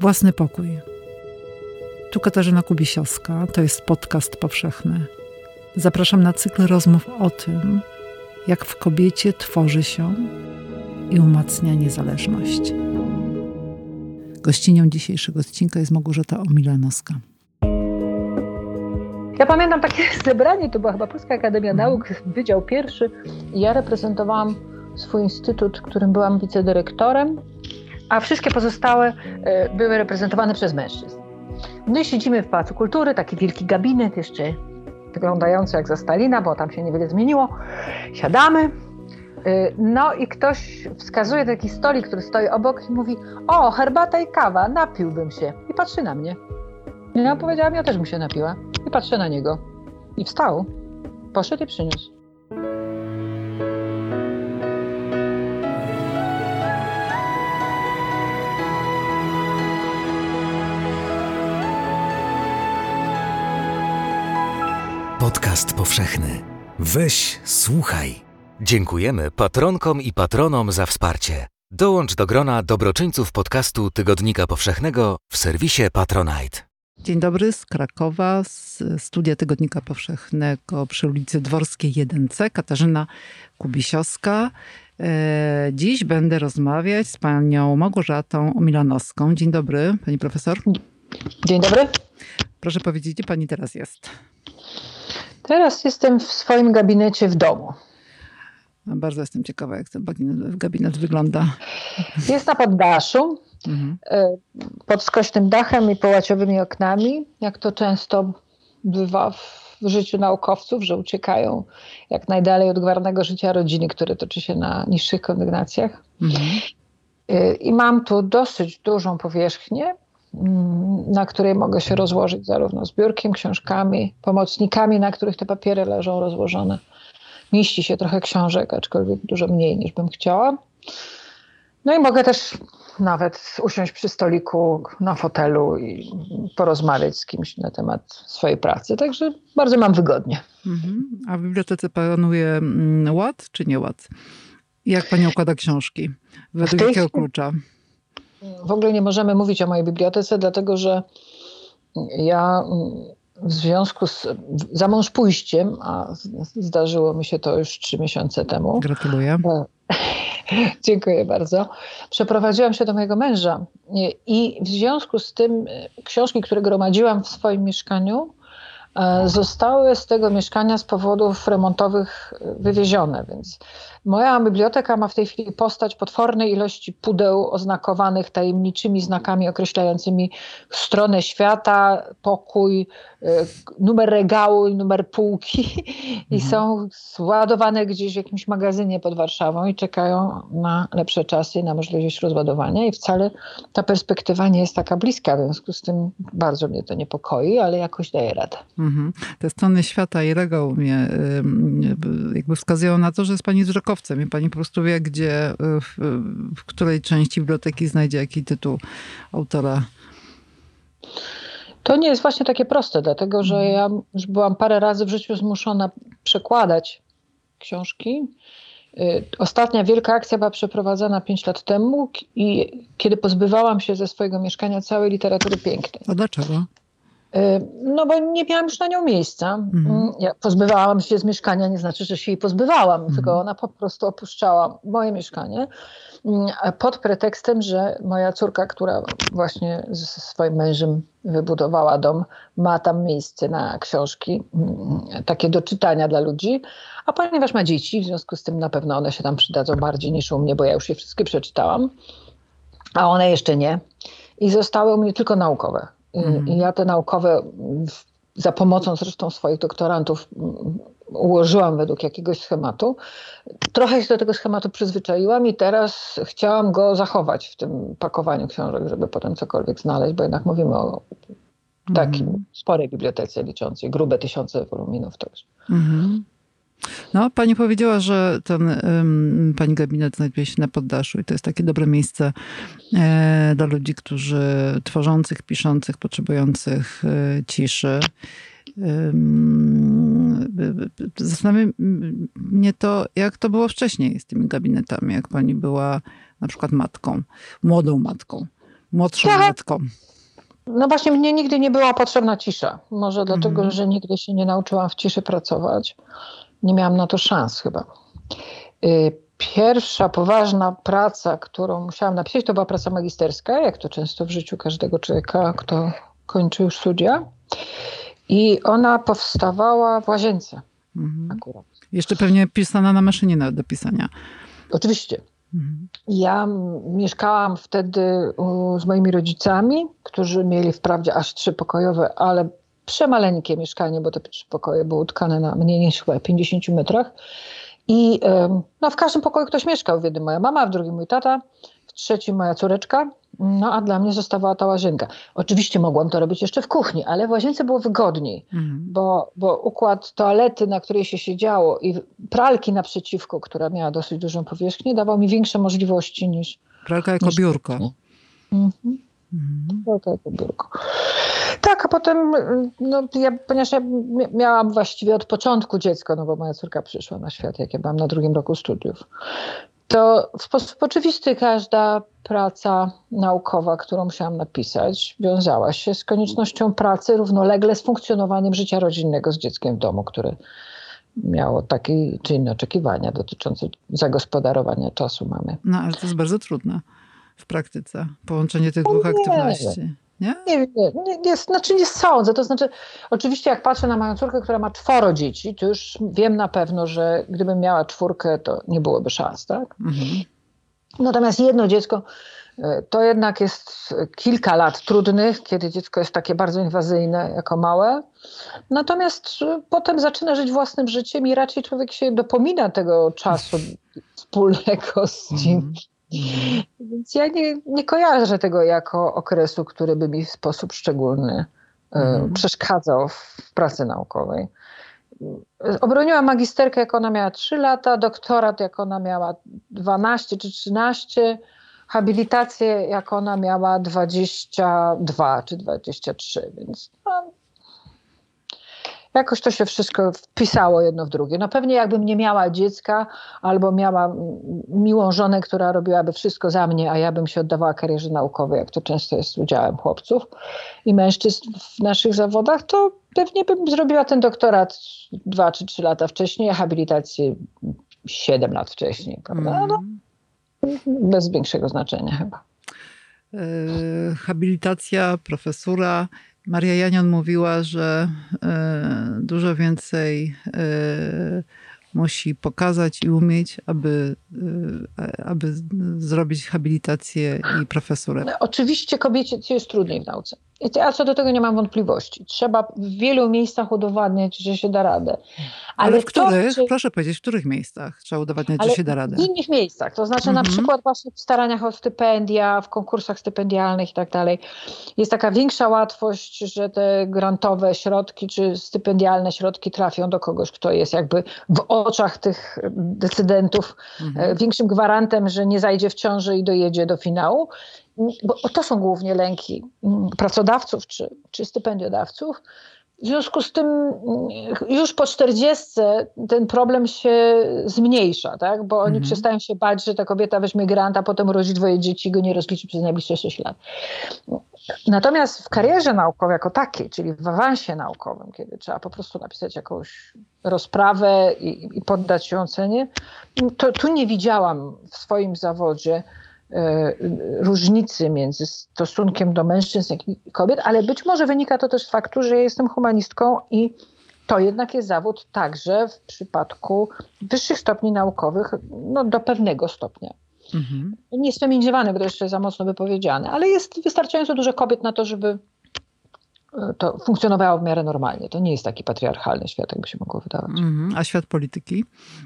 Własny pokój. Tu Katarzyna Kubisiowska, to jest podcast powszechny. Zapraszam na cykl rozmów o tym, jak w kobiecie tworzy się i umacnia niezależność. Gościnią dzisiejszego odcinka jest Małgorzata Omilanowska. Ja pamiętam takie zebranie, to była chyba Polska Akademia Nauk, Wydział Pierwszy. I ja reprezentowałam swój instytut, którym byłam wicedyrektorem, a wszystkie pozostałe były reprezentowane przez mężczyzn. No i siedzimy w Pałacu Kultury, taki wielki gabinet, jeszcze wyglądający jak za Stalina, bo tam się niewiele zmieniło. Siadamy, no i ktoś wskazuje taki stolik, który stoi obok i mówi: o, herbata i kawa, napiłbym się. I patrzy na mnie. Ja powiedziałam, ja też bym się napiła. I patrzę na niego. I wstał, poszedł i przyniósł. Podcast powszechny. Weź, słuchaj. Dziękujemy patronkom i patronom za wsparcie. Dołącz do grona dobroczyńców podcastu Tygodnika Powszechnego w serwisie Patronite. Dzień dobry z Krakowa, z studia Tygodnika Powszechnego przy ulicy Dworskiej 1C. Katarzyna Kubisiowska. Dziś będę rozmawiać z panią Małgorzatą Omilanowską. Dzień dobry, pani profesor. Dzień dobry. Proszę powiedzieć, gdzie pani teraz jest? Teraz jestem w swoim gabinecie w domu. No, bardzo jestem ciekawa, jak ten gabinet wygląda. Jest na poddaszu, pod skośnym dachem i połaciowymi oknami, jak to często bywa w życiu naukowców, że uciekają jak najdalej od gwarnego życia rodziny, które toczy się na niższych kondygnacjach. I mam tu dosyć dużą powierzchnię, na której mogę się rozłożyć zarówno z biurkiem, książkami, pomocnikami, na których te papiery leżą rozłożone. Mieści się trochę książek, aczkolwiek dużo mniej niż bym chciała. No i mogę też nawet usiąść przy stoliku na fotelu i porozmawiać z kimś na temat swojej pracy. Także bardzo mam wygodnie. A w bibliotece panuje ład czy nie ład? Jak pani układa książki? Według jakiego klucza? W ogóle nie możemy mówić o mojej bibliotece, dlatego że ja w związku z za mąż pójściem, a zdarzyło mi się to już 3 miesiące temu. Gratuluję. Dziękuję bardzo. Przeprowadziłam się do mojego męża i w związku z tym książki, które gromadziłam w swoim mieszkaniu, zostały z tego mieszkania z powodów remontowych wywiezione, więc moja biblioteka ma w tej chwili postać potwornej ilości pudeł oznakowanych tajemniczymi znakami określającymi stronę świata, pokój, numer regału, numer półki i są zładowane gdzieś w jakimś magazynie pod Warszawą i czekają na lepsze czasy, na możliwość rozładowania i wcale ta perspektywa nie jest taka bliska, w związku z tym bardzo mnie to niepokoi, ale jakoś daję radę. Te strony świata i regał mnie jakby wskazują na to, że jest pani wzrokowcem i pani po prostu wie, gdzie, w której części biblioteki znajdzie jaki tytuł autora. To nie jest właśnie takie proste, dlatego że ja już byłam parę razy w życiu zmuszona przekładać książki. Ostatnia wielka akcja była przeprowadzana 5 lat temu i kiedy pozbywałam się ze swojego mieszkania całej literatury pięknej. A dlaczego? No bo nie miałam już na nią miejsca. Ja pozbywałam się z mieszkania, nie znaczy, że się jej pozbywałam, tylko ona po prostu opuszczała moje mieszkanie pod pretekstem, że moja córka, która właśnie ze swoim mężem wybudowała dom, ma tam miejsce na książki, takie do czytania dla ludzi, a ponieważ ma dzieci, w związku z tym na pewno one się tam przydadzą bardziej niż u mnie, bo ja już je wszystkie przeczytałam, a one jeszcze nie. I zostały u mnie tylko naukowe. I ja te naukowe za pomocą zresztą swoich doktorantów ułożyłam według jakiegoś schematu. Trochę się do tego schematu przyzwyczaiłam i teraz chciałam go zachować w tym pakowaniu książek, żeby potem cokolwiek znaleźć, bo jednak mówimy o takim sporej bibliotece liczącej grube 1000 woluminów. To już. No, pani powiedziała, że ten pani gabinet znajduje się na poddaszu i to jest takie dobre miejsce dla ludzi, którzy tworzących, piszących, potrzebujących ciszy. Zastanawia mnie to, jak to było wcześniej z tymi gabinetami, jak pani była na przykład matką, młodą matką. Młodszą Tak. matką. No właśnie, mnie nigdy nie była potrzebna cisza. Może dlatego, że nigdy się nie nauczyłam w ciszy pracować. Nie miałam na to szans chyba. Pierwsza poważna praca, którą musiałam napisać, to była praca magisterska, jak to często w życiu każdego człowieka, kto kończy już studia. I ona powstawała w łazience akurat. Jeszcze pewnie pisana na maszynie do pisania. Oczywiście. Ja mieszkałam wtedy z moimi rodzicami, którzy mieli wprawdzie aż 3-pokojowe, ale przemaleńkie mieszkanie, bo te 3 pokoje były utkane na mniej niż chyba 50 metrach. I w każdym pokoju ktoś mieszkał. W jednym moja mama, w drugim mój tata, w trzecim moja córeczka. No a dla mnie zostawała ta łazienka. Oczywiście mogłam to robić jeszcze w kuchni, ale w łazience było wygodniej, bo układ toalety, na której się siedziało i pralki naprzeciwko, która miała dosyć dużą powierzchnię, dawał mi większe możliwości niż... Pralka jako biurko. Pralka jako biurko. Tak, a potem, ponieważ ja miałam właściwie od początku dziecko, bo moja córka przyszła na świat, jak ja byłam na 2. roku studiów, to w sposób oczywisty każda praca naukowa, którą musiałam napisać, wiązała się z koniecznością pracy równolegle z funkcjonowaniem życia rodzinnego z dzieckiem w domu, które miało takie czy inne oczekiwania dotyczące zagospodarowania czasu mamy. No, ale to jest bardzo trudne w praktyce, połączenie tych dwóch aktywności. Nie? Nie sądzę. To znaczy, oczywiście jak patrzę na moją córkę, która ma 4 dzieci, to już wiem na pewno, że gdybym miała 4, to nie byłoby szans, tak? Natomiast jedno dziecko to jednak jest kilka lat trudnych, kiedy dziecko jest takie bardzo inwazyjne jako małe. Natomiast potem zaczyna żyć własnym życiem i raczej człowiek się dopomina tego czasu wspólnego z nim. Więc ja nie kojarzę tego jako okresu, który by mi w sposób szczególny przeszkadzał w pracy naukowej. Obroniłam magisterkę, jak ona miała 3 lata, doktorat, jak ona miała 12 czy 13, habilitację, jak ona miała 22 czy 23, więc jakoś to się wszystko wpisało jedno w drugie. No pewnie jakbym nie miała dziecka albo miała miłą żonę, która robiłaby wszystko za mnie, a ja bym się oddawała karierze naukowej, jak to często jest z udziałem chłopców i mężczyzn w naszych zawodach, to pewnie bym zrobiła ten doktorat 2 czy 3 lata wcześniej, a habilitację 7 lat wcześniej. Prawda? Bez większego znaczenia chyba. Habilitacja, profesura. Maria Janion mówiła, że dużo więcej musi pokazać i umieć, aby zrobić habilitację i profesurę. Oczywiście kobiecie jest trudniej w nauce. Ja co do tego nie mam wątpliwości. Trzeba w wielu miejscach udowadniać, że się da radę. Ale w których? Proszę powiedzieć, w których miejscach trzeba udowadniać, że się da radę? W innych miejscach. To znaczy na przykład właśnie w staraniach o stypendia, w konkursach stypendialnych i tak dalej. Jest taka większa łatwość, że te grantowe środki czy stypendialne środki trafią do kogoś, kto jest jakby w oczach tych decydentów większym gwarantem, że nie zajdzie w ciąży i dojedzie do finału. Bo to są głównie lęki pracodawców czy stypendiodawców. W związku z tym już po 40 ten problem się zmniejsza, tak? Bo oni przestają się bać, że ta kobieta weźmie grant, a potem urodzi 2 dzieci i go nie rozliczy przez najbliższe 6 lat. Natomiast w karierze naukowej jako takiej, czyli w awansie naukowym, kiedy trzeba po prostu napisać jakąś rozprawę i poddać ją ocenie, to tu nie widziałam w swoim zawodzie różnicy między stosunkiem do mężczyzn i kobiet, ale być może wynika to też z faktu, że ja jestem humanistką i to jednak jest zawód także w przypadku wyższych stopni naukowych, do pewnego stopnia. Nie jest feminizowany, bo to jeszcze za mocno wypowiedziane, ale jest wystarczająco dużo kobiet na to, żeby to funkcjonowało w miarę normalnie. To nie jest taki patriarchalny świat, jakby się mogło wydawać. A świat polityki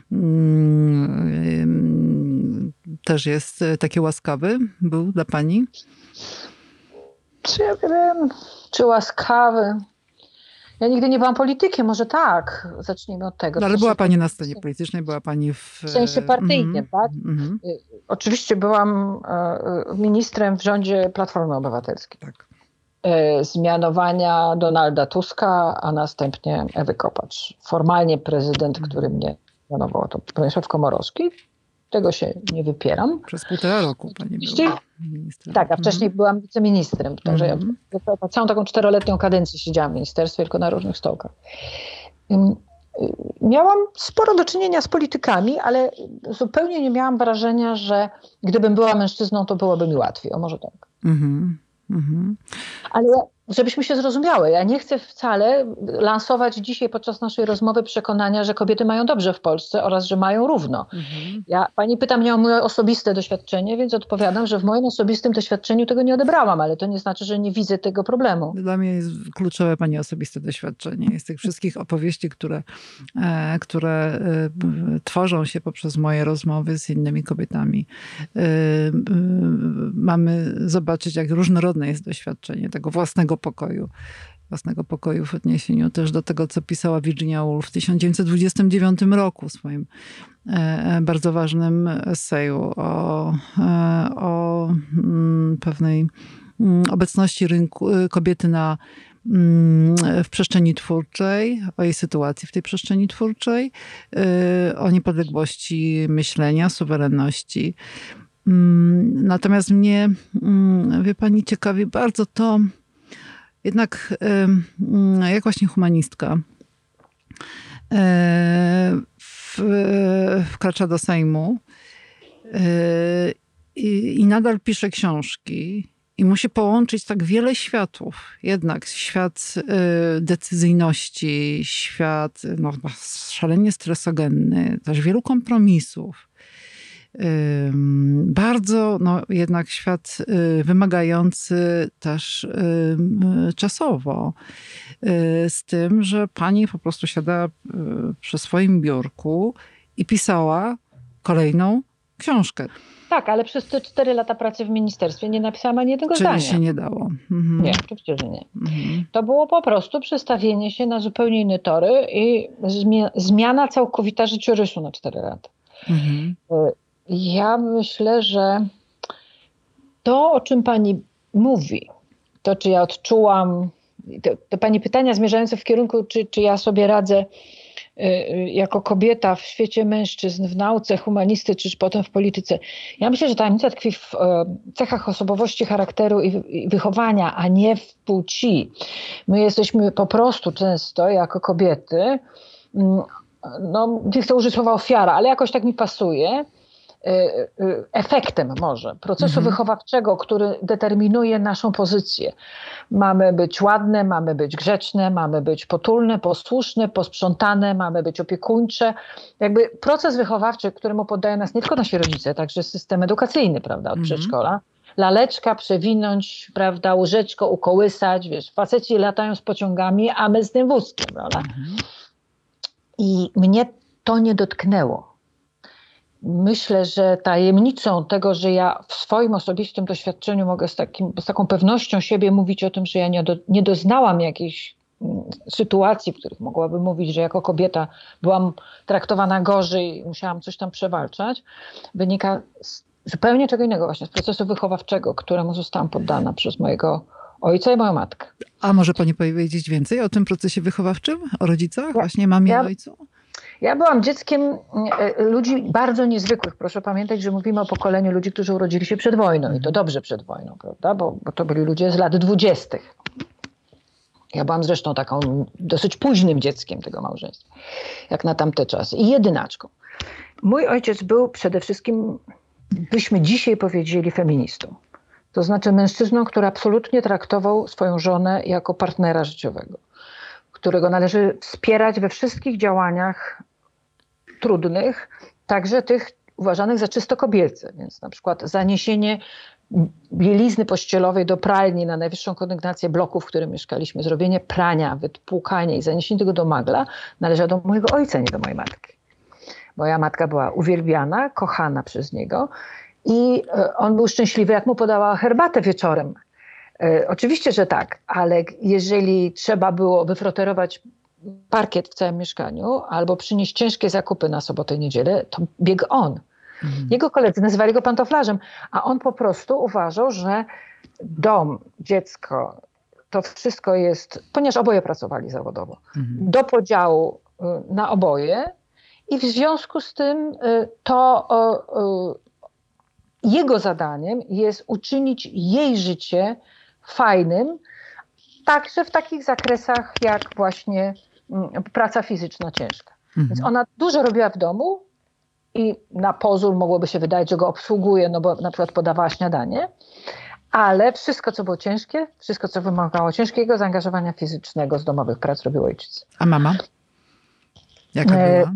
też jest taki łaskawy? Był dla pani? Czy ja wiem, czy łaskawy? Ja nigdy nie byłam politykiem, może tak. Zacznijmy od tego. Ale była pani na scenie politycznej, była pani w sensie partyjnym, tak? Oczywiście byłam ministrem w rządzie Platformy Obywatelskiej. Tak. Z mianowania Donalda Tuska, a następnie Ewy Kopacz. Formalnie prezydent, który mnie mianował, to Bronisław Komorowski. Tego się nie wypieram. Przez 1,5 roku pani była ministrem. Tak, a wcześniej byłam wiceministrem. Także ja całą taką 4-letnią kadencję siedziałam w ministerstwie, tylko na różnych stołkach. Miałam sporo do czynienia z politykami, ale zupełnie nie miałam wrażenia, że gdybym była mężczyzną, to byłoby mi łatwiej. O, może tak. Ale żebyśmy się zrozumiały, ja nie chcę wcale lansować dzisiaj podczas naszej rozmowy przekonania, że kobiety mają dobrze w Polsce oraz, że mają równo. Pani pyta mnie o moje osobiste doświadczenie, więc odpowiadam, że w moim osobistym doświadczeniu tego nie odebrałam, ale to nie znaczy, że nie widzę tego problemu. Dla mnie jest kluczowe pani osobiste doświadczenie. Z tych wszystkich opowieści, które tworzą się poprzez moje rozmowy z innymi kobietami, mamy zobaczyć, jak różnorodne jest doświadczenie tego własnego pokoju w odniesieniu też do tego, co pisała Virginia Woolf w 1929 roku w swoim bardzo ważnym eseju o pewnej obecności kobiety w przestrzeni twórczej, o jej sytuacji w tej przestrzeni twórczej, o niepodległości myślenia, suwerenności. Natomiast mnie, wie pani, ciekawi bardzo to, jednak jak właśnie humanistka wkracza do Sejmu i nadal pisze książki i musi połączyć tak wiele światów. Jednak świat decyzyjności, świat szalenie stresogenny, też wielu kompromisów. Bardzo jednak świat wymagający też czasowo. Z tym, że pani po prostu siada przy swoim biurku i pisała kolejną książkę. Tak, ale przez te 4 lata pracy w ministerstwie nie napisałam ani jednego zdania. Czyli się nie dało. Nie, oczywiście, że nie. To było po prostu przestawienie się na zupełnie inne tory i zmiana całkowita życiorysu na 4 lata. Ja myślę, że to, o czym pani mówi, to czy ja odczułam, te pani pytania zmierzające w kierunku, czy ja sobie radzę jako kobieta w świecie mężczyzn, w nauce humanisty, czy potem w polityce. Ja myślę, że tajemnica tkwi w cechach osobowości, charakteru i wychowania, a nie w płci. My jesteśmy po prostu często jako kobiety, nie chcę użyć słowa ofiara, ale jakoś tak mi pasuje, efektem może procesu wychowawczego, który determinuje naszą pozycję. Mamy być ładne, mamy być grzeczne, mamy być potulne, posłuszne, posprzątane, mamy być opiekuńcze. Jakby proces wychowawczy, któremu poddają nas nie tylko nasi rodzice, także system edukacyjny, prawda, od przedszkola. Laleczka, przewinąć, prawda, łyżeczko, ukołysać, faceci latają z pociągami, a my z tym wózkiem, prawda. I mnie to nie dotknęło. Myślę, że tajemnicą tego, że ja w swoim osobistym doświadczeniu mogę z taką pewnością siebie mówić o tym, że ja nie doznałam jakiejś sytuacji, w których mogłabym mówić, że jako kobieta byłam traktowana gorzej, musiałam coś tam przewalczać, wynika z zupełnie czego innego, właśnie z procesu wychowawczego, któremu zostałam poddana przez mojego ojca i moją matkę. A może pani powiedzieć więcej o tym procesie wychowawczym? O rodzicach? Właśnie mamie i ojcu? Ja byłam dzieckiem ludzi bardzo niezwykłych. Proszę pamiętać, że mówimy o pokoleniu ludzi, którzy urodzili się przed wojną. I to dobrze przed wojną, prawda? Bo to byli ludzie z lat 20. Ja byłam zresztą taką dosyć późnym dzieckiem tego małżeństwa, jak na tamte czasy. I jedynaczką. Mój ojciec był przede wszystkim, byśmy dzisiaj powiedzieli, feministą. To znaczy mężczyzną, który absolutnie traktował swoją żonę jako partnera życiowego, którego należy wspierać we wszystkich działaniach trudnych, także tych uważanych za czysto kobiece. Więc na przykład zaniesienie bielizny pościelowej do pralni na najwyższą kondygnację bloku, w którym mieszkaliśmy, zrobienie prania, wypłukanie i zaniesienie tego do magla należało do mojego ojca, nie do mojej matki. Moja matka była uwielbiana, kochana przez niego i on był szczęśliwy, jak mu podała herbatę wieczorem. Oczywiście, że tak, ale jeżeli trzeba było wyfroterować parkiet w całym mieszkaniu albo przynieść ciężkie zakupy na sobotę i niedzielę, to biegł on. Jego koledzy nazywali go pantoflarzem, a on po prostu uważał, że dom, dziecko, to wszystko jest, ponieważ oboje pracowali zawodowo, do podziału na oboje I w związku z tym jego zadaniem jest uczynić jej życie fajnym, także w takich zakresach jak właśnie praca fizyczna ciężka. Więc ona dużo robiła w domu i na pozór mogłoby się wydawać, że go obsługuje, no bo na przykład podawała śniadanie, ale wszystko, co było ciężkie, wszystko, co wymagało ciężkiego zaangażowania fizycznego z domowych prac, robił ojciec. A mama? Jaka była?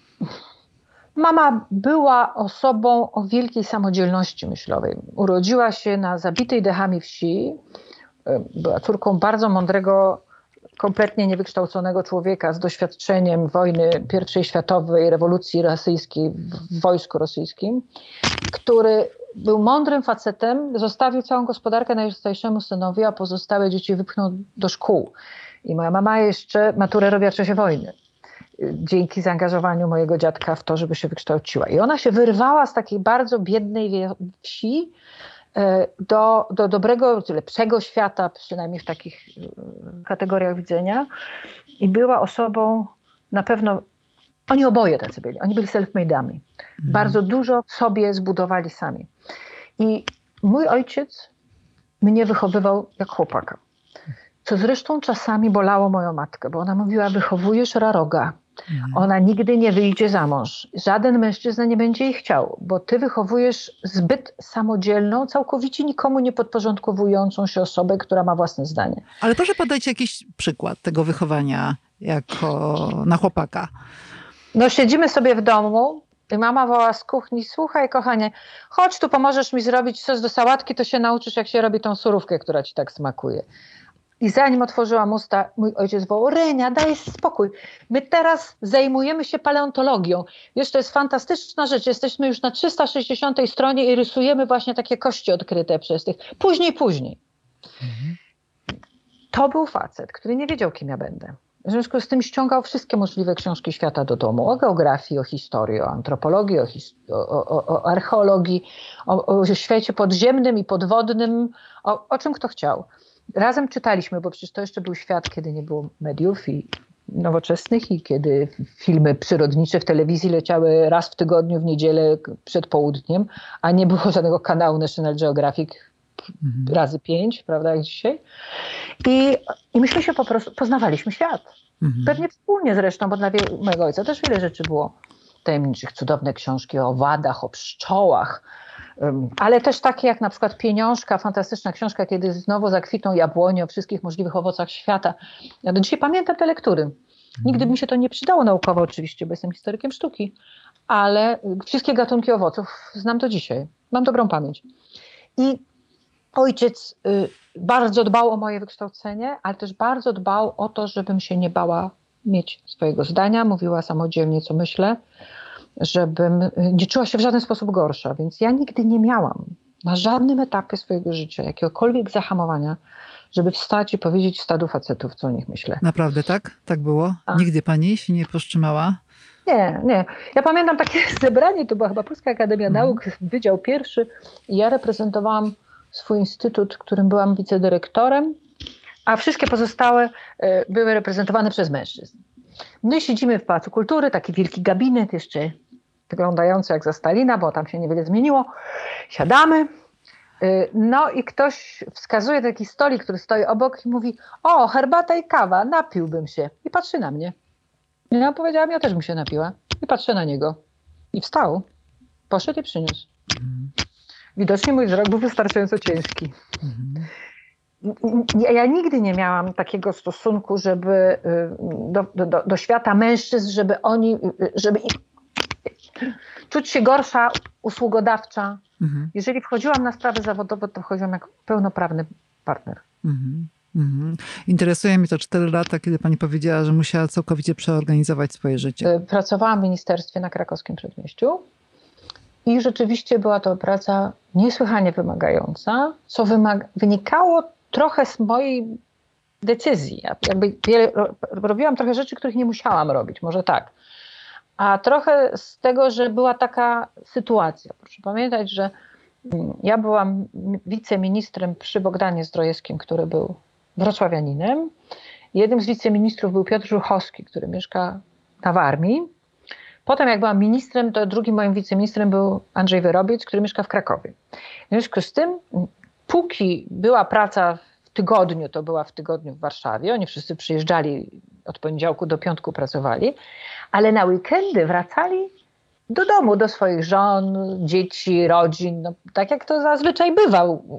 Mama była osobą o wielkiej samodzielności myślowej. Urodziła się na zabitej dechami wsi. Była córką bardzo mądrego, kompletnie niewykształconego człowieka z doświadczeniem wojny I światowej, rewolucji rosyjskiej w wojsku rosyjskim, który był mądrym facetem, zostawił całą gospodarkę najstarszemu synowi, a pozostałe dzieci wypchnął do szkół. I moja mama jeszcze maturę robiła w czasie wojny. Dzięki zaangażowaniu mojego dziadka w to, żeby się wykształciła. I ona się wyrwała z takiej bardzo biednej wsi do dobrego, lepszego świata, przynajmniej w takich kategoriach widzenia. I była osobą na pewno, oni oboje tacy byli, oni byli self-made'ami. Bardzo dużo sobie zbudowali sami. I mój ojciec mnie wychowywał jak chłopaka. Co zresztą czasami bolało moją matkę, bo ona mówiła, wychowujesz raroga. Ona nigdy nie wyjdzie za mąż. Żaden mężczyzna nie będzie jej chciał, bo ty wychowujesz zbyt samodzielną, całkowicie nikomu nie podporządkowującą się osobę, która ma własne zdanie. Ale proszę podać jakiś przykład tego wychowania na chłopaka. No siedzimy sobie w domu i mama woła z kuchni, słuchaj kochanie, chodź tu pomożesz mi zrobić sos do sałatki, to się nauczysz jak się robi tą surówkę, która ci tak smakuje. I zanim otworzyłam usta, mój ojciec wołał, Renia, daj spokój. My teraz zajmujemy się paleontologią. Wiesz, to jest fantastyczna rzecz. Jesteśmy już na 360 stronie i rysujemy właśnie takie kości odkryte przez tych. Później. To był facet, który nie wiedział, kim ja będę. W związku z tym ściągał wszystkie możliwe książki świata do domu. O geografii, o historii, o antropologii, o archeologii, o świecie podziemnym i podwodnym, o czym kto chciał. Razem czytaliśmy, bo przecież to jeszcze był świat, kiedy nie było mediów i nowoczesnych i kiedy filmy przyrodnicze w telewizji leciały raz w tygodniu w niedzielę przed południem, a nie było żadnego kanału National Geographic razy 5, prawda, jak dzisiaj. I myśmy się po prostu poznawaliśmy świat. Pewnie wspólnie zresztą, bo dla mojego ojca też wiele rzeczy było tajemniczych, cudowne książki o owadach, o pszczołach, ale też takie jak na przykład Pieniążka, fantastyczna książka, kiedy znowu zakwitną jabłonie, o wszystkich możliwych owocach świata. Ja do dzisiaj pamiętam te lektury. Nigdy mi się to nie przydało naukowo oczywiście, bo jestem historykiem sztuki, ale wszystkie gatunki owoców znam do dzisiaj. Mam dobrą pamięć. I ojciec bardzo dbał o moje wykształcenie, ale też bardzo dbał o to, żebym się nie bała mieć swojego zdania, mówiła samodzielnie, co myślę, żebym nie czuła się w żaden sposób gorsza. Więc ja nigdy nie miałam na żadnym etapie swojego życia jakiegokolwiek zahamowania, żeby wstać i powiedzieć stadu facetów, co o nich myślę. Naprawdę tak? Tak było? Nigdy pani się nie powstrzymała? Nie. Ja pamiętam takie zebranie, to była chyba Polska Akademia Nauk, Wydział Pierwszy i ja reprezentowałam swój instytut, którym byłam wicedyrektorem, a wszystkie pozostałe były reprezentowane przez mężczyzn. My siedzimy w Pałacu Kultury, taki wielki gabinet, jeszcze wyglądający jak za Stalina, bo tam się niewiele zmieniło. Siadamy, no i ktoś wskazuje taki stolik, który stoi obok i mówi, o, herbata i kawa, napiłbym się. I patrzy na mnie. I ja powiedziałam, ja też bym się napiła. I patrzę na niego. I wstał, poszedł i przyniósł. Widocznie mój wzrok był wystarczająco ciężki. Ja nigdy nie miałam takiego stosunku, żeby do świata mężczyzn, żeby czuć się gorsza, usługodawcza. Jeżeli wchodziłam na sprawy zawodowe, to wchodziłam jak pełnoprawny partner. Interesuje mnie to 4 lata, kiedy pani powiedziała, że musiała całkowicie przeorganizować swoje życie. Pracowałam w ministerstwie na Krakowskim Przedmieściu i rzeczywiście była to praca niesłychanie wymagająca, co wynikało trochę z mojej decyzji. Ja robiłam trochę rzeczy, których nie musiałam robić, może tak. A trochę z tego, że była taka sytuacja. Proszę pamiętać, że ja byłam wiceministrem przy Bogdanie Zdrojewskim, który był wrocławianinem. Jednym z wiceministrów był Piotr Żuchowski, który mieszka na Warmii. Potem jak byłam ministrem, to drugim moim wiceministrem był Andrzej Wyrobiec, który mieszka w Krakowie. W związku z tym, póki była praca w tygodniu, to była w tygodniu w Warszawie. Oni wszyscy przyjeżdżali od poniedziałku do piątku, pracowali, ale na weekendy wracali do domu, do swoich żon, dzieci, rodzin. No, tak jak to zazwyczaj bywa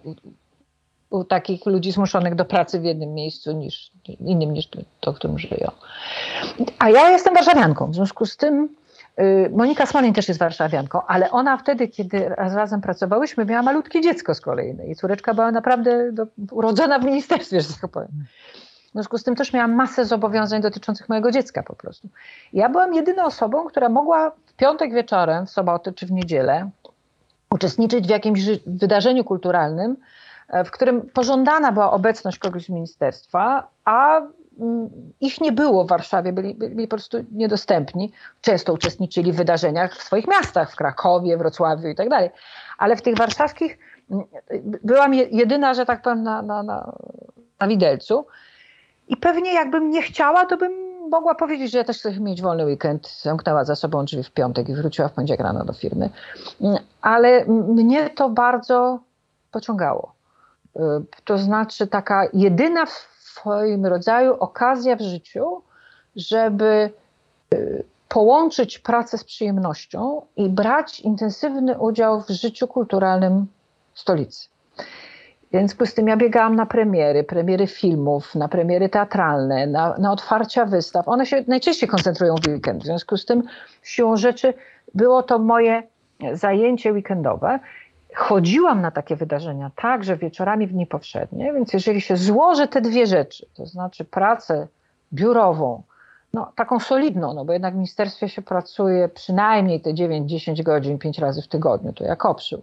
u takich ludzi zmuszonych do pracy w jednym miejscu niż innym niż to, w którym żyją. A ja jestem warszawianką, w związku z tym Monika Smolin też jest warszawianką, ale ona wtedy, kiedy razem pracowałyśmy, miała malutkie dziecko z kolei. No i córeczka była naprawdę urodzona w ministerstwie, że tak powiem. W związku z tym też miałam masę zobowiązań dotyczących mojego dziecka po prostu. Ja byłam jedyną osobą, która mogła w piątek wieczorem, w sobotę czy w niedzielę uczestniczyć w jakimś wydarzeniu kulturalnym, w którym pożądana była obecność kogoś z ministerstwa, a ich nie było w Warszawie, byli po prostu niedostępni. Często uczestniczyli w wydarzeniach w swoich miastach, w Krakowie, Wrocławiu i tak dalej. Ale w tych warszawskich byłam jedyna, że tak powiem, na widelcu. I pewnie jakbym nie chciała, to bym mogła powiedzieć, że ja też chcę mieć wolny weekend. Zamknęła za sobą drzwi w piątek i wróciła w poniedziałek rano do firmy. Ale mnie to bardzo pociągało. To znaczy taka jedyna w swoim rodzaju okazja w życiu, żeby połączyć pracę z przyjemnością i brać intensywny udział w życiu kulturalnym stolicy. Więc z tym ja biegałam na premiery filmów, na premiery teatralne, na otwarcia wystaw. One się najczęściej koncentrują w weekend. W związku z tym siłą rzeczy było to moje zajęcie weekendowe. Chodziłam na takie wydarzenia także wieczorami w dni powszednie, więc jeżeli się złoży te dwie rzeczy, to znaczy pracę biurową, no taką solidną, no bo jednak w ministerstwie się pracuje przynajmniej te 9-10 godzin 5 razy w tygodniu, to jak obszył,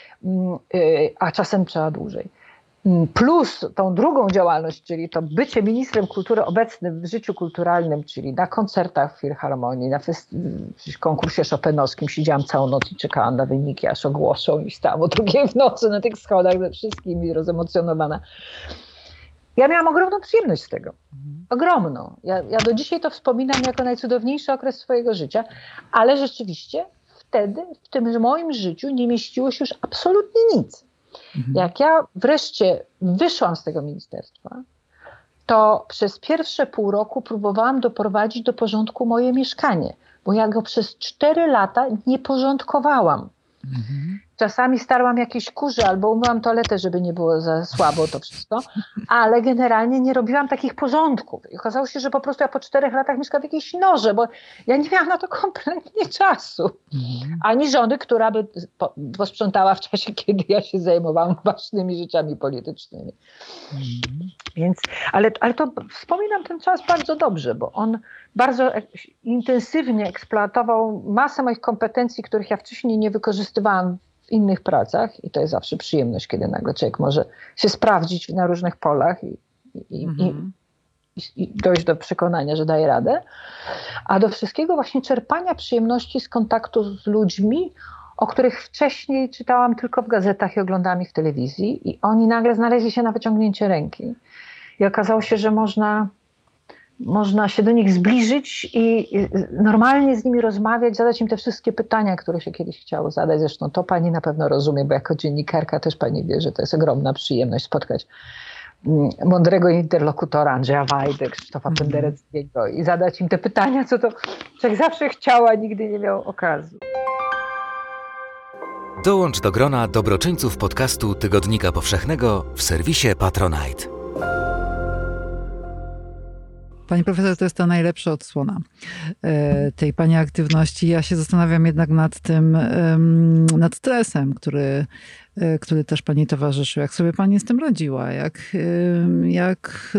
a czasem trzeba dłużej. Plus tą drugą działalność, czyli to bycie ministrem kultury obecnym w życiu kulturalnym, czyli na koncertach w Filharmonii, w konkursie chopinowskim siedziałam całą noc i czekałam na wyniki, aż ogłoszą i stałam o 2:00 w nocy na tych schodach ze wszystkimi rozemocjonowana. Ja miałam ogromną przyjemność z tego. Ogromną. Ja do dzisiaj to wspominam jako najcudowniejszy okres swojego życia, ale rzeczywiście wtedy w tym moim życiu nie mieściło się już absolutnie nic. Jak ja wreszcie wyszłam z tego ministerstwa, to przez pierwsze pół roku próbowałam doprowadzić do porządku moje mieszkanie, bo ja go przez 4 lata nie porządkowałam. Czasami starłam jakieś kurze albo umyłam toaletę, żeby nie było za słabo to wszystko, ale generalnie nie robiłam takich porządków. I okazało się, że po prostu ja po 4 latach mieszkam w jakiejś norze, bo ja nie miałam na to kompletnie czasu. Ani żony, która by posprzątała w czasie, kiedy ja się zajmowałam ważnymi rzeczami politycznymi. Więc, ale to wspominam ten czas bardzo dobrze, bo on bardzo intensywnie eksploatował masę moich kompetencji, których ja wcześniej nie wykorzystywałam w innych pracach i to jest zawsze przyjemność, kiedy nagle człowiek może się sprawdzić na różnych polach i dojść do przekonania, że daje radę. A do wszystkiego właśnie czerpania przyjemności z kontaktu z ludźmi, o których wcześniej czytałam tylko w gazetach i oglądałam ich w telewizji i oni nagle znaleźli się na wyciągnięcie ręki. I okazało się, że można się do nich zbliżyć i normalnie z nimi rozmawiać, zadać im te wszystkie pytania, które się kiedyś chciało zadać. Zresztą to pani na pewno rozumie, bo jako dziennikarka też pani wie, że to jest ogromna przyjemność spotkać mądrego interlokutora Andrzeja Wajdy, Krzysztofa Pendereckiego i zadać im te pytania, co to człowiek zawsze chciał, a nigdy nie miał okazji. Dołącz do grona dobroczyńców podcastu Tygodnika Powszechnego w serwisie Patronite. Pani profesor, to jest ta najlepsza odsłona tej pani aktywności. Ja się zastanawiam jednak nad tym, nad stresem, który też pani towarzyszył. Jak sobie pani z tym radziła? Jak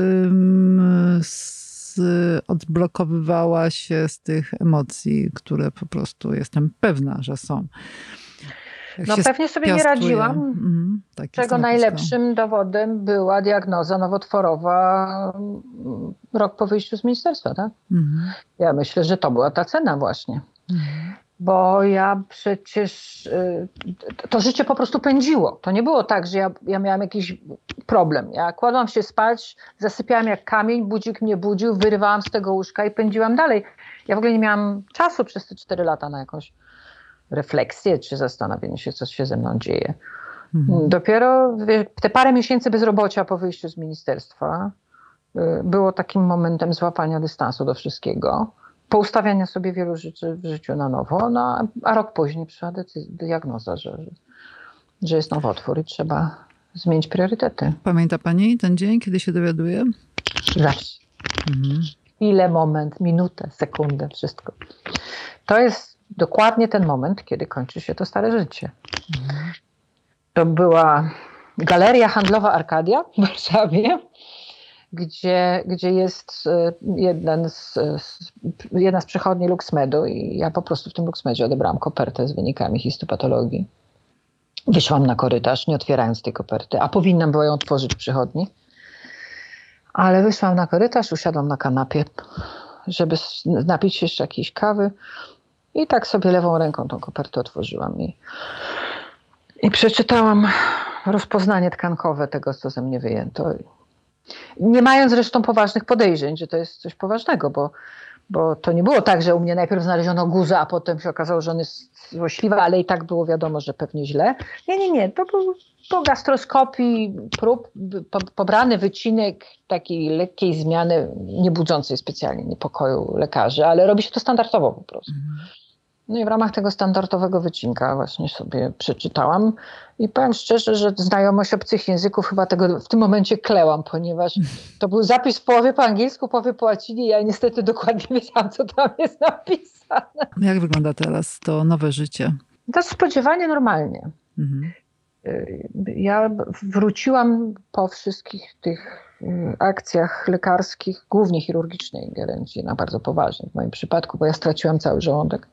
odblokowywała się z tych emocji, które po prostu jestem pewna, że są? No pewnie sobie nie radziłam, czego najlepszym dowodem była diagnoza nowotworowa rok po wyjściu z ministerstwa, tak? Ja myślę, że to była ta cena właśnie. Bo ja przecież, to życie po prostu pędziło. To nie było tak, że ja miałam jakiś problem. Ja kładłam się spać, zasypiałam jak kamień, budzik mnie budził, wyrywałam z tego łóżka i pędziłam dalej. Ja w ogóle nie miałam czasu przez te 4 lata na jakąś refleksję czy zastanowienie się, co się ze mną dzieje. Dopiero te parę miesięcy bezrobocia po wyjściu z ministerstwa było takim momentem złapania dystansu do wszystkiego, poustawiania sobie wielu rzeczy w życiu na nowo, no, a rok później przyszła diagnoza, że jest nowotwór i trzeba zmienić priorytety. Pamięta pani ten dzień, kiedy się dowiaduje? Zawsze. Ile moment, minutę, sekundę, wszystko. To jest dokładnie ten moment, kiedy kończy się to stare życie. To była galeria handlowa Arkadia w Warszawie, gdzie jest jedna z przychodni LuxMedu i ja po prostu w tym LuxMedzie odebrałam kopertę z wynikami histopatologii. Wyszłam na korytarz, nie otwierając tej koperty, a powinnam była ją otworzyć w przychodni. Ale wyszłam na korytarz, usiadłam na kanapie, żeby napić się jeszcze jakiejś kawy i tak sobie lewą ręką tą kopertę otworzyłam i przeczytałam rozpoznanie tkankowe tego, co ze mnie wyjęto. Nie mając zresztą poważnych podejrzeń, że to jest coś poważnego, bo to nie było tak, że u mnie najpierw znaleziono guza, a potem się okazało, że on jest złośliwy, ale i tak było wiadomo, że pewnie źle. Nie. To był po gastroskopii prób pobrany wycinek takiej lekkiej zmiany, nie budzącej specjalnie niepokoju lekarzy, ale robi się to standardowo po prostu. No i w ramach tego standardowego wycinka właśnie sobie przeczytałam i powiem szczerze, że znajomość obcych języków chyba tego w tym momencie klełam, ponieważ to był zapis w połowie po angielsku, połowie po łacinie i ja niestety dokładnie wiedziałam, co tam jest napisane. Jak wygląda teraz to nowe życie? To spodziewanie normalnie. Ja wróciłam po wszystkich tych akcjach lekarskich, głównie chirurgicznej ingerencji, na bardzo poważnej w moim przypadku, bo ja straciłam cały żołądek.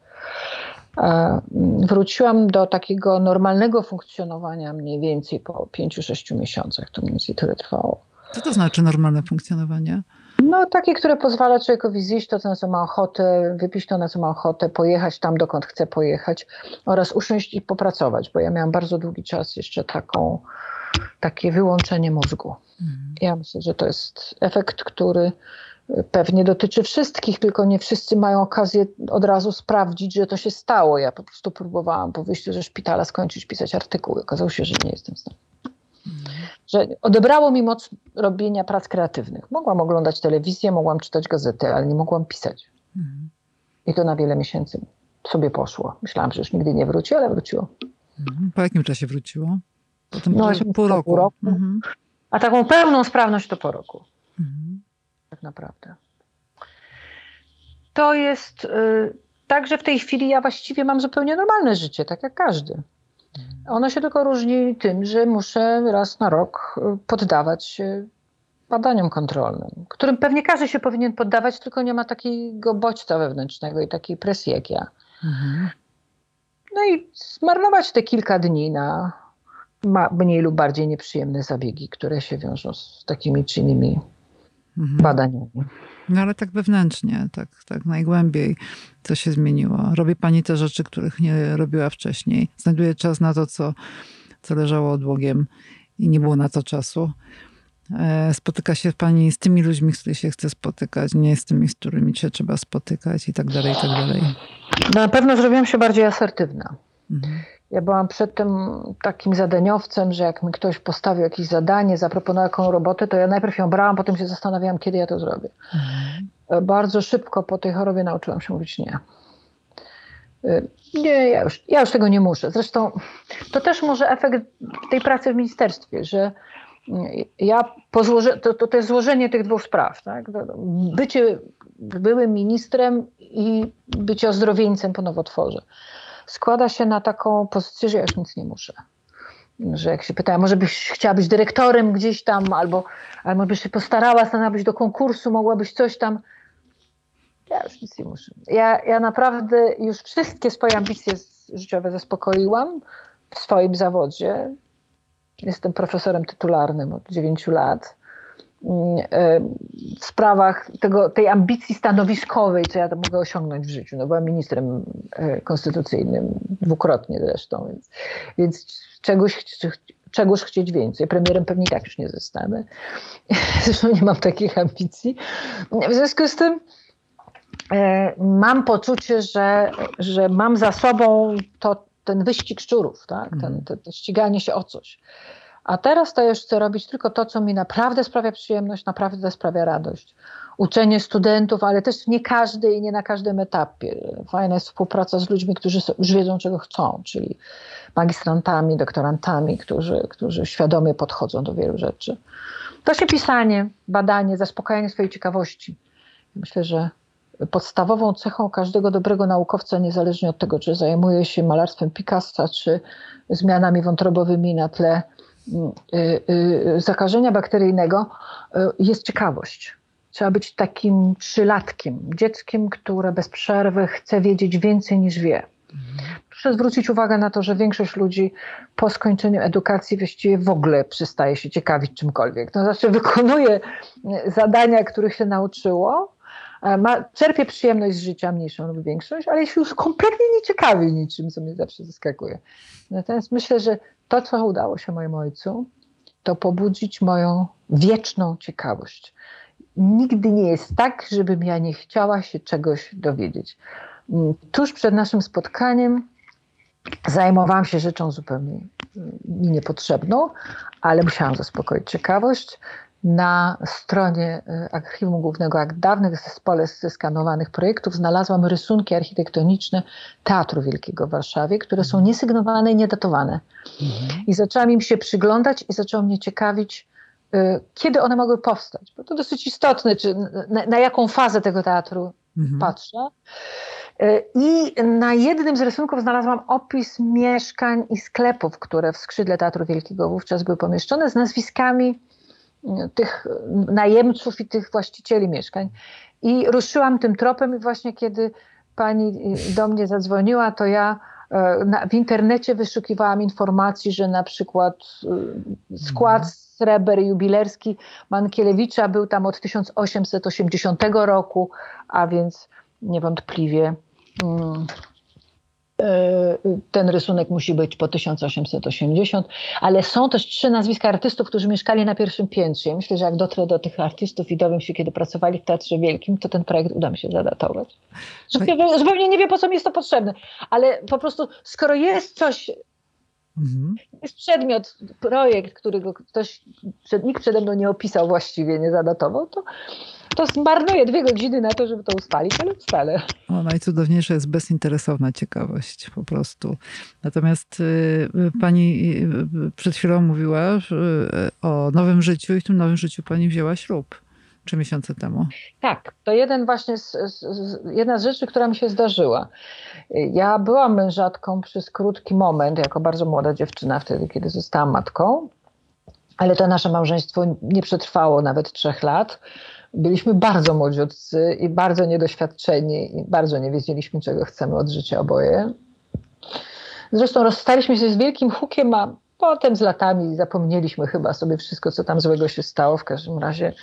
Wróciłam do takiego normalnego funkcjonowania mniej więcej po 5-6 miesiącach. To mniej więcej tyle trwało. Co to znaczy normalne funkcjonowanie? No takie, które pozwala człowiekowi zjeść to, na co ma ochotę, wypić to, na co ma ochotę, pojechać tam, dokąd chce pojechać oraz usiąść i popracować, bo ja miałam bardzo długi czas jeszcze takie wyłączenie mózgu. Ja myślę, że to jest efekt, który pewnie dotyczy wszystkich, tylko nie wszyscy mają okazję od razu sprawdzić, że to się stało. Ja po prostu próbowałam po wyjściu ze szpitala skończyć pisać artykuły. Okazało się, że nie jestem w stanie. Że odebrało mi moc robienia prac kreatywnych. Mogłam oglądać telewizję, mogłam czytać gazety, ale nie mogłam pisać. I to na wiele miesięcy sobie poszło. Myślałam, że już nigdy nie wróci, ale wróciło. Po jakim czasie wróciło? Potem No, pół roku. A taką pełną sprawność to po roku. Tak naprawdę. To jest tak, że w tej chwili ja właściwie mam zupełnie normalne życie, tak jak każdy. Ono się tylko różni tym, że muszę raz na rok poddawać się badaniom kontrolnym, którym pewnie każdy się powinien poddawać, tylko nie ma takiego bodźca wewnętrznego i takiej presji jak ja. No i zmarnować te kilka dni na mniej lub bardziej nieprzyjemne zabiegi, które się wiążą z takimi czy innymi badaniami. No ale tak wewnętrznie, tak najgłębiej, co się zmieniło. Robi pani te rzeczy, których nie robiła wcześniej. Znajduje czas na to, co leżało odłogiem i nie było na to czasu. Spotyka się pani z tymi ludźmi, z którymi się chce spotykać, nie z tymi, z którymi się trzeba spotykać i tak dalej, i tak dalej. Na pewno zrobiłam się bardziej asertywna. Ja byłam przedtem takim zadaniowcem, że jak mi ktoś postawił jakieś zadanie, zaproponował jaką robotę, to ja najpierw ją brałam, potem się zastanawiałam, kiedy ja to zrobię. Bardzo szybko po tej chorobie nauczyłam się mówić nie. Nie, ja już tego nie muszę. Zresztą to też może efekt tej pracy w ministerstwie, że ja to jest złożenie tych dwóch spraw. Tak? Bycie byłym ministrem i bycie ozdrowieńcem po nowotworze. Składa się na taką pozycję, że ja już nic nie muszę. Że jak się pytałem, może byś chciała być dyrektorem gdzieś tam, albo byś się postarała, stanęłabyś do konkursu, mogłabyś coś tam. Ja już nic nie muszę. Ja naprawdę już wszystkie swoje ambicje życiowe zaspokoiłam w swoim zawodzie. Jestem profesorem tytularnym od 9 lat. W sprawach tej ambicji stanowiskowej, co ja to mogę osiągnąć w życiu. No, byłam ministrem konstytucyjnym dwukrotnie zresztą, więc czegoś chcieć więcej. Premierem pewnie tak już nie zostanę. Zresztą nie mam takich ambicji. W związku z tym mam poczucie, że mam za sobą ten wyścig szczurów, tak? To ściganie się o coś. A teraz to już chcę robić tylko to, co mi naprawdę sprawia przyjemność, naprawdę sprawia radość. Uczenie studentów, ale też nie każdy i nie na każdym etapie. Fajna jest współpraca z ludźmi, którzy już wiedzą, czego chcą, czyli magistrantami, doktorantami, którzy świadomie podchodzą do wielu rzeczy. To się pisanie, badanie, zaspokajanie swojej ciekawości. Myślę, że podstawową cechą każdego dobrego naukowca, niezależnie od tego, czy zajmuje się malarstwem Picassa, czy zmianami wątrobowymi na tle zakażenia bakteryjnego, jest ciekawość. Trzeba być takim trzylatkiem, dzieckiem, które bez przerwy chce wiedzieć więcej niż wie. Proszę zwrócić uwagę na to, że większość ludzi po skończeniu edukacji właściwie w ogóle przestaje się ciekawić czymkolwiek. To znaczy wykonuje zadania, których się nauczyło, czerpie przyjemność z życia, mniejszą lub większość, ale się już kompletnie nie ciekawi niczym, co mnie zawsze zaskakuje. Natomiast myślę, że to, co udało się mojemu ojcu, to pobudzić moją wieczną ciekawość. Nigdy nie jest tak, żebym ja nie chciała się czegoś dowiedzieć. Tuż przed naszym spotkaniem zajmowałam się rzeczą zupełnie mi niepotrzebną, ale musiałam zaspokoić ciekawość. Na stronie Archiwum Głównego Akt Dawnych w zespole zeskanowanych projektów znalazłam rysunki architektoniczne Teatru Wielkiego w Warszawie, które są niesygnowane i niedatowane. I zaczęłam im się przyglądać i zaczęło mnie ciekawić, kiedy one mogły powstać. Bo to dosyć istotne, czy na jaką fazę tego teatru patrzę. I na jednym z rysunków znalazłam opis mieszkań i sklepów, które w skrzydle Teatru Wielkiego wówczas były pomieszczone, z nazwiskami tych najemców i tych właścicieli mieszkań. I ruszyłam tym tropem i właśnie kiedy pani do mnie zadzwoniła, to ja w internecie wyszukiwałam informacji, że na przykład skład sreber jubilerski Mankielewicza był tam od 1880 roku, a więc niewątpliwie ten rysunek musi być po 1880, ale są też 3 nazwiska artystów, którzy mieszkali na pierwszym piętrze. Ja myślę, że jak dotrę do tych artystów i dowiem się, kiedy pracowali w Teatrze Wielkim, to ten projekt uda mi się zadatować. Zupełnie nie wiem, po co mi jest to potrzebne, ale po prostu skoro jest coś, jest przedmiot, projekt, którego nikt przede mną nie opisał właściwie, nie zadatował, to zmarnuję 2 godziny na to, żeby to ustalić, ale ustalę. Najcudowniejsza jest bezinteresowna ciekawość po prostu. Natomiast pani przed chwilą mówiła o nowym życiu i w tym nowym życiu pani wzięła ślub 3 miesiące temu. Tak, to jedna z rzeczy, która mi się zdarzyła. Ja byłam mężatką przez krótki moment, jako bardzo młoda dziewczyna wtedy, kiedy zostałam matką, ale to nasze małżeństwo nie przetrwało nawet 3 lat. Byliśmy bardzo młodziutcy i bardzo niedoświadczeni i bardzo nie wiedzieliśmy, czego chcemy od życia oboje. Zresztą rozstaliśmy się z wielkim hukiem, a potem z latami zapomnieliśmy chyba sobie wszystko, co tam złego się stało. W każdym razie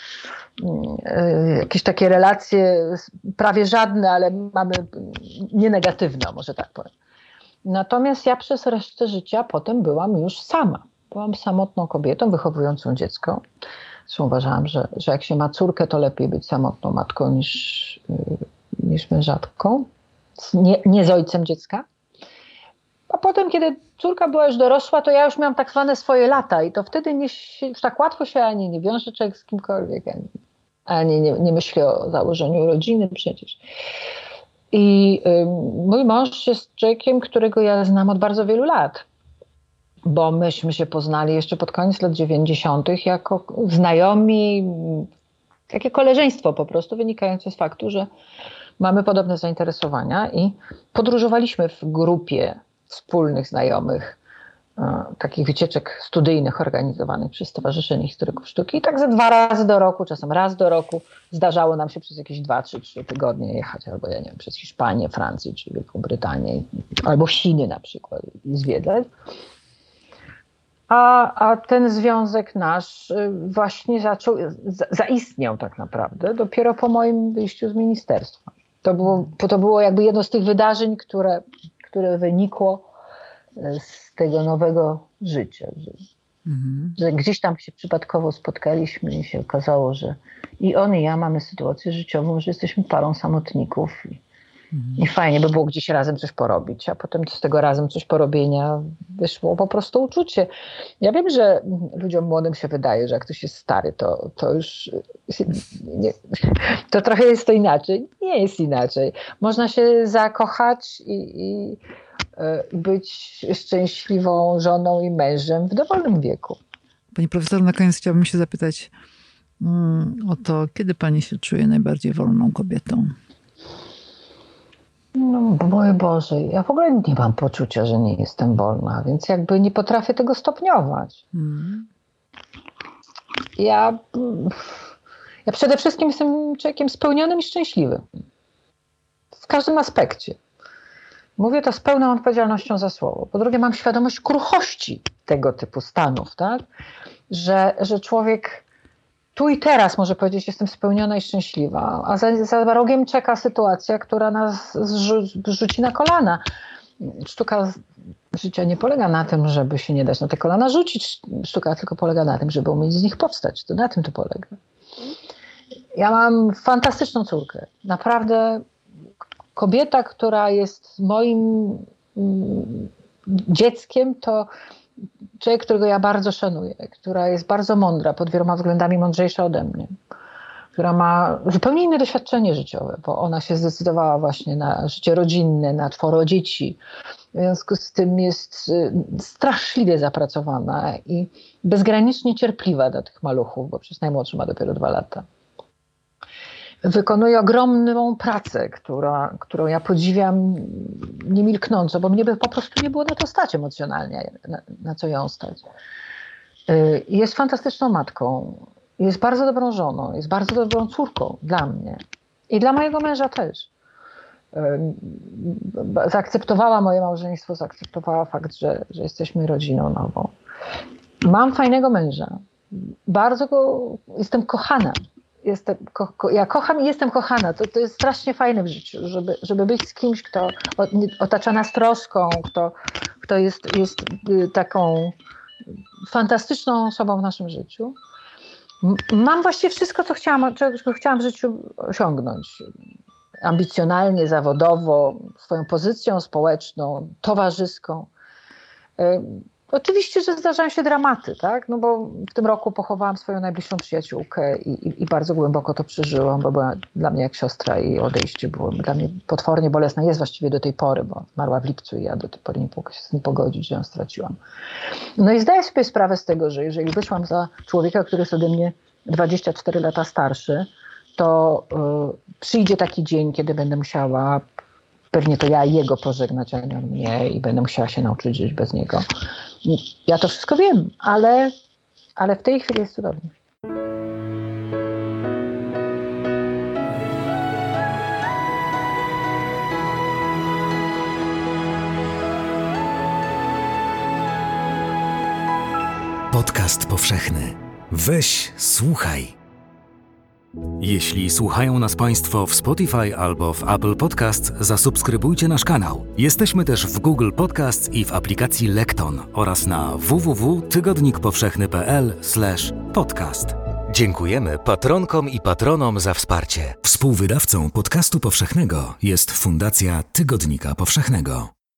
jakieś takie relacje, prawie żadne, ale mamy nienegatywne, może tak powiem. Natomiast ja przez resztę życia potem byłam już sama. Byłam samotną kobietą wychowującą dziecko. Zresztą uważałam, że jak się ma córkę, to lepiej być samotną matką niż mężatką. Nie z ojcem dziecka. A potem, kiedy córka była już dorosła, to ja już miałam tak zwane swoje lata i to wtedy już tak łatwo się ani nie wiąże człowiek z kimkolwiek, ani nie myśli o założeniu rodziny przecież. I mój mąż jest człowiekiem, którego ja znam od bardzo wielu lat, bo myśmy się poznali jeszcze pod koniec lat 90. jako znajomi, takie koleżeństwo po prostu wynikające z faktu, że mamy podobne zainteresowania i podróżowaliśmy w grupie wspólnych znajomych, takich wycieczek studyjnych organizowanych przez Stowarzyszenie Historyków Sztuki. I tak ze 2 razy do roku, czasem raz do roku zdarzało nam się przez jakieś 2, 3 tygodnie jechać, albo ja nie wiem, przez Hiszpanię, Francję czy Wielką Brytanię, albo Chiny na przykład i zwiedzać. A ten związek nasz właśnie zaistniał tak naprawdę dopiero po moim wyjściu z ministerstwa. To było jakby jedno z tych wydarzeń, które wynikło z tego nowego życia. Że gdzieś tam się przypadkowo spotkaliśmy i się okazało, że i on i ja mamy sytuację życiową, że jesteśmy parą samotników i fajnie by było gdzieś razem coś porobić, a potem z tego razem coś porobienia wyszło po prostu uczucie. Ja wiem, że ludziom młodym się wydaje, że jak ktoś jest stary, to już to trochę jest to inaczej. Nie jest inaczej. Można się zakochać i być szczęśliwą żoną i mężem w dowolnym wieku. Pani profesor, na koniec chciałabym się zapytać o to, kiedy pani się czuje najbardziej wolną kobietą? No, mój Boże, ja w ogóle nie mam poczucia, że nie jestem wolna, więc jakby nie potrafię tego stopniować. Ja przede wszystkim jestem człowiekiem spełnionym i szczęśliwym. W każdym aspekcie. Mówię to z pełną odpowiedzialnością za słowo. Po drugie, mam świadomość kruchości tego typu stanów, tak? Że człowiek tu i teraz może powiedzieć, jestem spełniona i szczęśliwa, a za rogiem czeka sytuacja, która nas rzuci na kolana. Sztuka życia nie polega na tym, żeby się nie dać na te kolana rzucić. Sztuka tylko polega na tym, żeby umieć z nich powstać. To na tym to polega. Ja mam fantastyczną córkę. Naprawdę kobieta, która jest moim dzieckiem, to człowiek, którego ja bardzo szanuję, która jest bardzo mądra, pod wieloma względami mądrzejsza ode mnie, która ma zupełnie inne doświadczenie życiowe, bo ona się zdecydowała właśnie na życie rodzinne, na 4 dzieci. W związku z tym jest straszliwie zapracowana i bezgranicznie cierpliwa do tych maluchów, bo przecież najmłodszy ma dopiero 2 lata. Wykonuje ogromną pracę, którą ja podziwiam niemilknąco, bo mnie by po prostu nie było na to stać emocjonalnie, na co ją stać. Jest fantastyczną matką, jest bardzo dobrą żoną, jest bardzo dobrą córką dla mnie i dla mojego męża też. Zaakceptowała moje małżeństwo, zaakceptowała fakt, że jesteśmy rodziną nową. Mam fajnego męża, bardzo jestem kochana. Ja kocham i jestem kochana. To jest strasznie fajne w życiu, żeby być z kimś, kto otacza nas troską, kto jest taką fantastyczną osobą w naszym życiu. Mam właściwie wszystko, czego chciałam w życiu osiągnąć. Ambicjonalnie, zawodowo, swoją pozycją społeczną, towarzyską. Oczywiście, że zdarzają się dramaty, tak? No bo w tym roku pochowałam swoją najbliższą przyjaciółkę i bardzo głęboko to przeżyłam, bo była dla mnie jak siostra i odejście było dla mnie potwornie bolesne. Jest właściwie do tej pory, bo zmarła w lipcu i ja do tej pory nie mogę się z tym pogodzić, że ją straciłam. No i zdaję sobie sprawę z tego, że jeżeli wyszłam za człowieka, który jest ode mnie 24 lata starszy, to przyjdzie taki dzień, kiedy będę musiała, pewnie to ja jego pożegnać, a nie on mnie, i będę musiała się nauczyć żyć bez niego. Ja to wszystko wiem, ale w tej chwili jest cudownie. Podcast powszechny. Weź, słuchaj. Jeśli słuchają nas Państwo w Spotify albo w Apple Podcasts, zasubskrybujcie nasz kanał. Jesteśmy też w Google Podcasts i w aplikacji Lekton oraz na www.tygodnikpowszechny.pl/podcast. Dziękujemy patronkom i patronom za wsparcie. Współwydawcą podcastu powszechnego jest Fundacja Tygodnika Powszechnego.